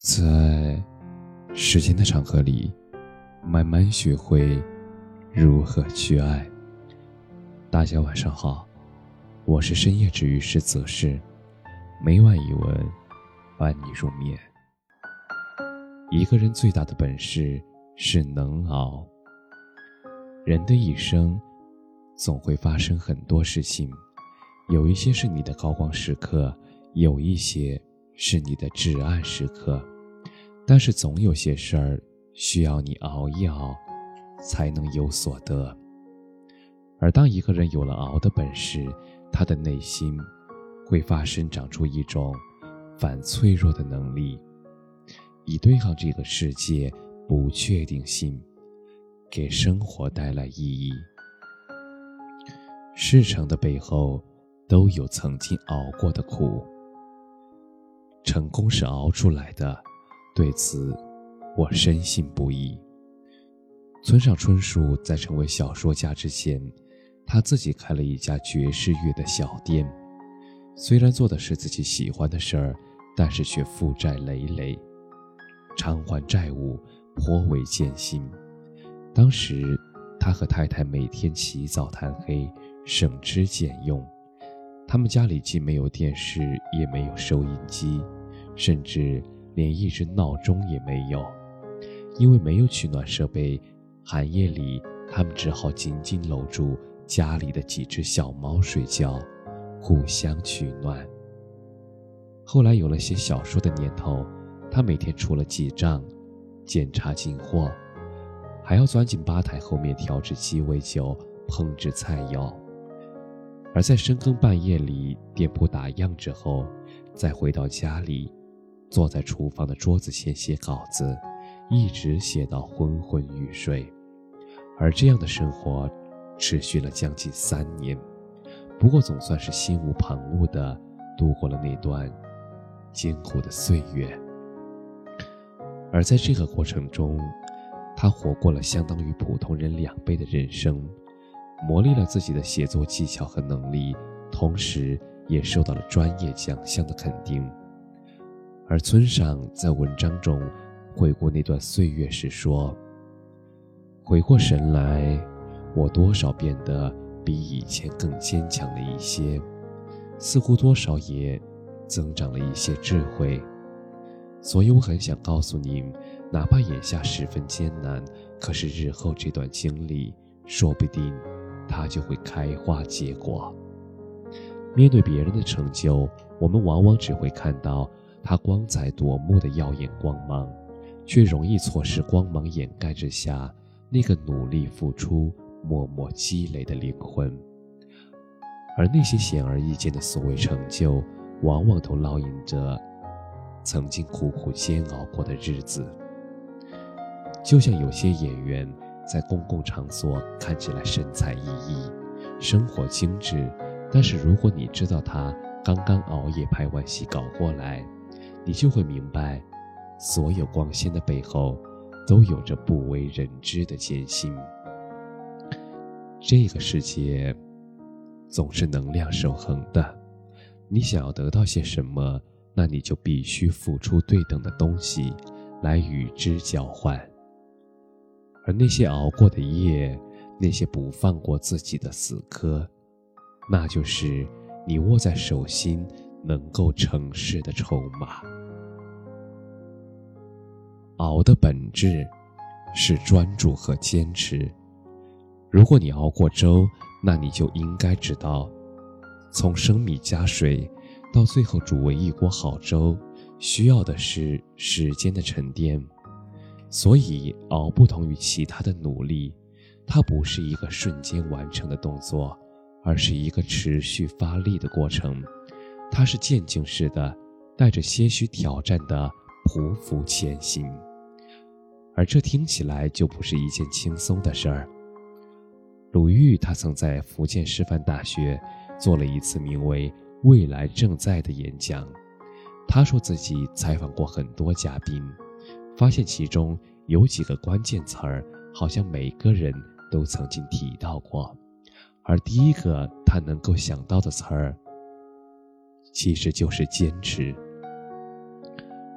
在时间的长河里，慢慢学会如何去爱。大家晚上好，我是深夜治愈师则是，每晚一文伴你入眠。一个人最大的本事是能熬。人的一生总会发生很多事情，有一些是你的高光时刻，有一些是你的至暗时刻，但是总有些事儿需要你熬一熬才能有所得。而当一个人有了熬的本事，他的内心会发生长出一种反脆弱的能力，以对抗这个世界不确定性，给生活带来意义。事成的背后都有曾经熬过的苦，成功是熬出来的，对此我深信不疑。村上春树在成为小说家之前，他自己开了一家爵士乐的小店，虽然做的是自己喜欢的事儿，但是却负债累累，偿还债务颇为艰辛。当时他和太太每天起早贪黑，省吃俭用。他们家里既没有电视，也没有收音机，甚至连一只闹钟也没有。因为没有取暖设备，寒夜里他们只好紧紧搂住家里的几只小猫睡觉，互相取暖。后来有了写小说的念头，他每天除了记账、检查进货，还要钻进吧台后面调制鸡尾酒，烹制菜肴。而在深更半夜里店铺打烊之后，再回到家里，坐在厨房的桌子前写稿子，一直写到昏昏欲睡。而这样的生活持续了将近3年，不过总算是心无旁骛地度过了那段艰苦的岁月。而在这个过程中，他活过了相当于普通人2倍的人生，磨砺了自己的写作技巧和能力，同时也受到了专业奖项的肯定。而村上在文章中回顾那段岁月时说，回过神来，我多少变得比以前更坚强了一些，似乎多少也增长了一些智慧。所以我很想告诉你，哪怕眼下十分艰难，可是日后这段经历说不定它就会开花结果。面对别人的成就，我们往往只会看到它光彩夺目的耀眼光芒，却容易错失光芒掩盖之下那个努力付出、默默积累的灵魂。而那些显而易见的所谓成就，往往都烙印着曾经苦苦煎熬过的日子。就像有些演员在公共场所看起来神采奕奕，生活精致，但是如果你知道他刚刚熬夜拍完戏搞过来，你就会明白，所有光鲜的背后都有着不为人知的艰辛。这个世界总是能量守恒的，你想要得到些什么，那你就必须付出对等的东西来与之交换。而那些熬过的夜，那些不放过自己的死磕，那就是你握在手心能够成事的筹码。熬的本质是专注和坚持。如果你熬过粥，那你就应该知道，从生米加水到最后煮为一锅好粥，需要的是时间的沉淀。所以熬不同于其他的努力，它不是一个瞬间完成的动作，而是一个持续发力的过程。它是渐进式的，带着些许挑战的匍匐前行。而这听起来就不是一件轻松的事儿。鲁豫他曾在福建师范大学做了一次名为《未来正在》的演讲。他说自己采访过很多嘉宾，发现其中有几个关键词儿，好像每个人都曾经提到过。而第一个他能够想到的词儿，其实就是坚持。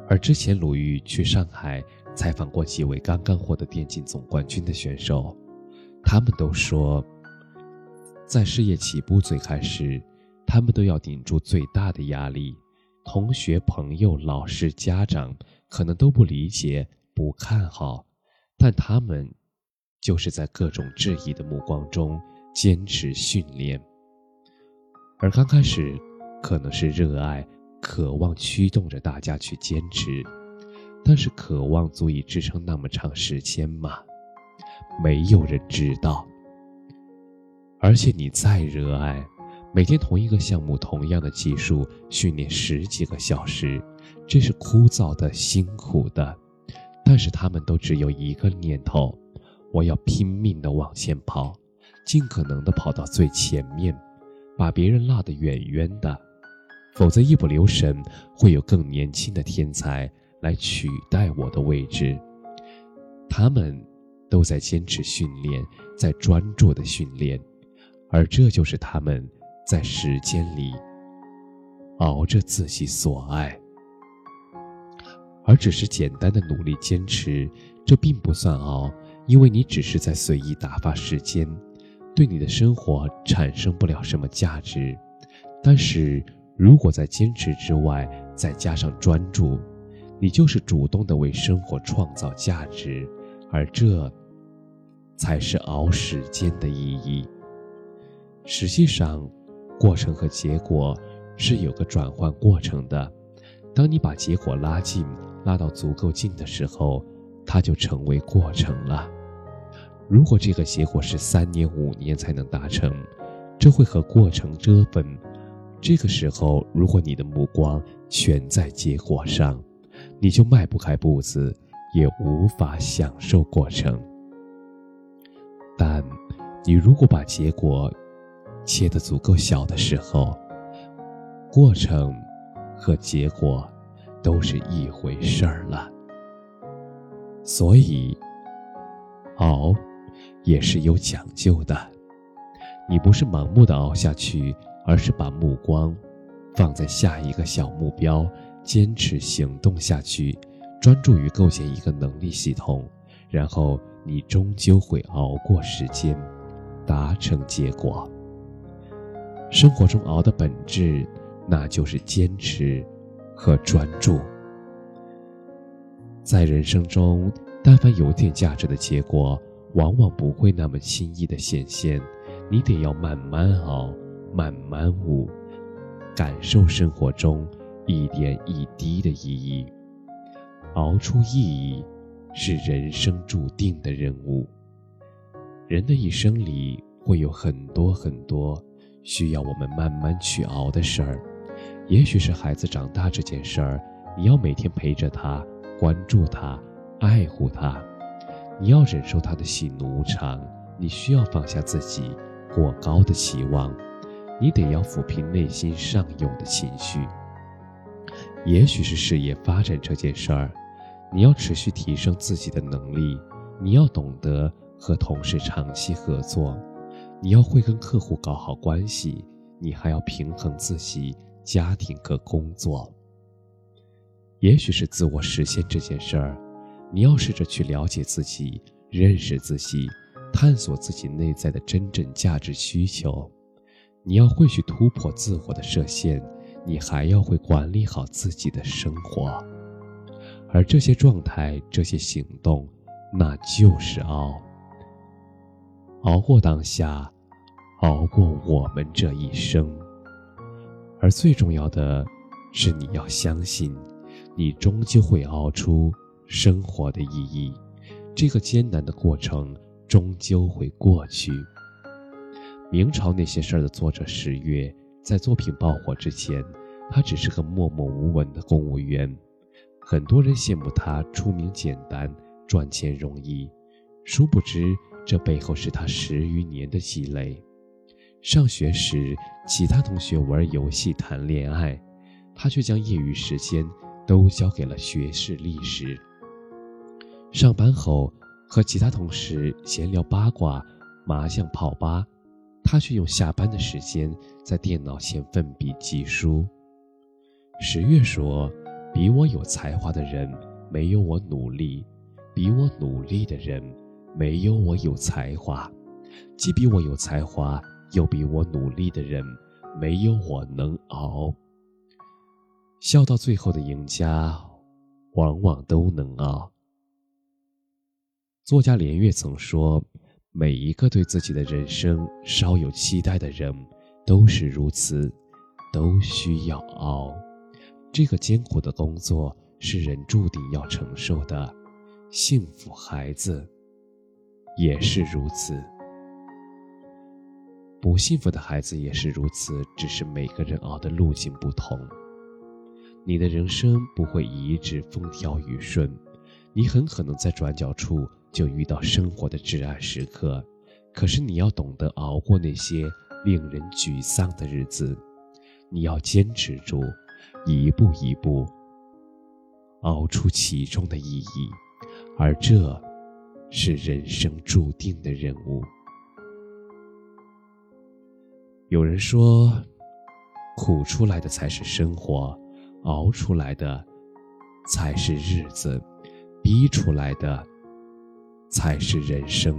而之前鲁豫去上海采访过几位刚刚获得电竞总冠军的选手，他们都说，在事业起步最开始，他们都要顶住最大的压力，同学、朋友、老师、家长可能都不理解、不看好，但他们就是在各种质疑的目光中坚持训练。而刚开始可能是热爱、渴望驱动着大家去坚持，但是渴望足以支撑那么长时间吗？没有人知道。而且你再热爱，每天同一个项目、同样的技术训练10几个小时，这是枯燥的、辛苦的，但是他们都只有一个念头，我要拼命地往前跑，尽可能地跑到最前面，把别人落得远远的，否则一不留神会有更年轻的天才来取代我的位置。他们都在坚持训练，在专注的训练，而这就是他们在时间里熬着自己所爱。而只是简单的努力坚持，这并不算熬，因为你只是在随意打发时间，对你的生活产生不了什么价值。但是如果在坚持之外再加上专注，你就是主动地为生活创造价值，而这才是熬时间的意义。实际上，过程和结果是有个转换过程的，当你把结果拉近，拉到足够近的时候，它就成为过程了。如果这个结果是3年5年才能达成，这会和过程遮分。这个时候，如果你的目光全在结果上，你就迈不开步子，也无法享受过程。但你如果把结果切得足够小的时候，过程和结果都是一回事儿了。所以熬也是有讲究的，你不是盲目的熬下去，而是把目光放在下一个小目标，坚持行动下去，专注于构建一个能力系统，然后你终究会熬过时间，达成结果。生活中熬的本质，那就是坚持和专注。在人生中，但凡有点价值的结果，往往不会那么轻易的显现，你得要慢慢熬，慢慢悟，感受生活中一点一滴的意义。熬出意义，是人生注定的任务。人的一生里会有很多很多需要我们慢慢去熬的事儿。也许是孩子长大这件事儿，你要每天陪着他，关注他，爱护他。你要忍受他的喜怒无常，你需要放下自己过高的期望，你得要抚平内心上涌的情绪。也许是事业发展这件事儿，你要持续提升自己的能力，你要懂得和同事长期合作，你要会跟客户搞好关系，你还要平衡自己家庭和工作。也许是自我实现这件事儿，你要试着去了解自己，认识自己，探索自己内在的真正价值需求。你要会去突破自我的设限，你还要会管理好自己的生活。而这些状态，这些行动，那就是熬。熬过当下，熬过我们这一生。而最重要的是，你要相信，你终究会熬出生活的意义，这个艰难的过程终究会过去。明朝那些事儿的作者石岳，在作品爆火之前，他只是个默默无闻的公务员。很多人羡慕他出名简单，赚钱容易，殊不知这背后是他10余年的积累。上学时，其他同学玩游戏谈恋爱，他却将业余时间都交给了学士历史。上班后，和其他同事闲聊八卦、麻将泡吧，他却用下班的时间在电脑前奋笔疾书。石岳说， 比我有才华的人没有我努力，比我努力的人没有我有才华，既比我有才华又比我努力的人没有我能熬。笑到最后的赢家往往都能熬。作家连岳曾说，每一个对自己的人生稍有期待的人都是如此，都需要熬。这个艰苦的工作是人注定要承受的，幸福孩子也是如此，不幸福的孩子也是如此，只是每个人熬的路径不同。你的人生不会一直风调雨顺，你很可能在转角处就遇到生活的至暗时刻，可是你要懂得熬过那些令人沮丧的日子，你要坚持住，一步一步熬出其中的意义，而这是人生注定的任务。有人说，苦出来的才是生活，熬出来的才是日子，逼出来的才是人生。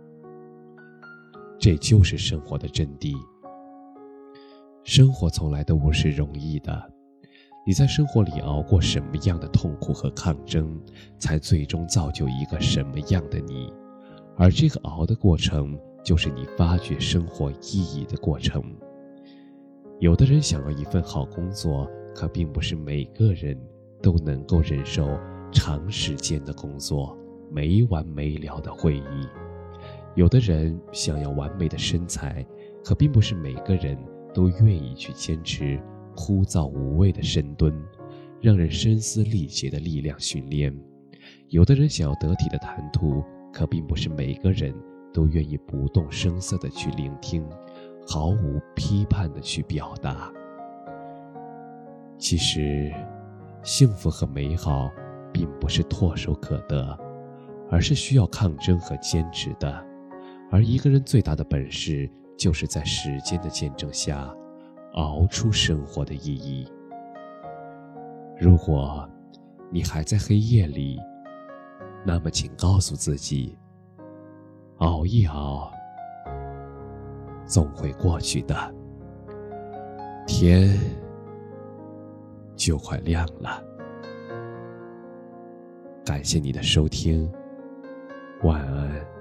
这就是生活的真谛。生活从来都不是容易的，你在生活里熬过什么样的痛苦和抗争，才最终造就一个什么样的你，而这个熬的过程就是你发掘生活意义的过程。有的人想要一份好工作，可并不是每个人都能够忍受长时间的工作，没完没了的会议。有的人想要完美的身材，可并不是每个人都愿意去坚持枯燥无味的深蹲，让人声嘶力竭的力量训练。有的人想要得体的谈吐，可并不是每个人都愿意不动声色地去聆听，毫无批判地去表达。其实，幸福和美好并不是唾手可得，而是需要抗争和坚持的。而一个人最大的本事，就是在时间的见证下，熬出生活的意义。如果你还在黑夜里，那么请告诉自己，熬一熬，总会过去的，天就快亮了。感谢你的收听，晚安。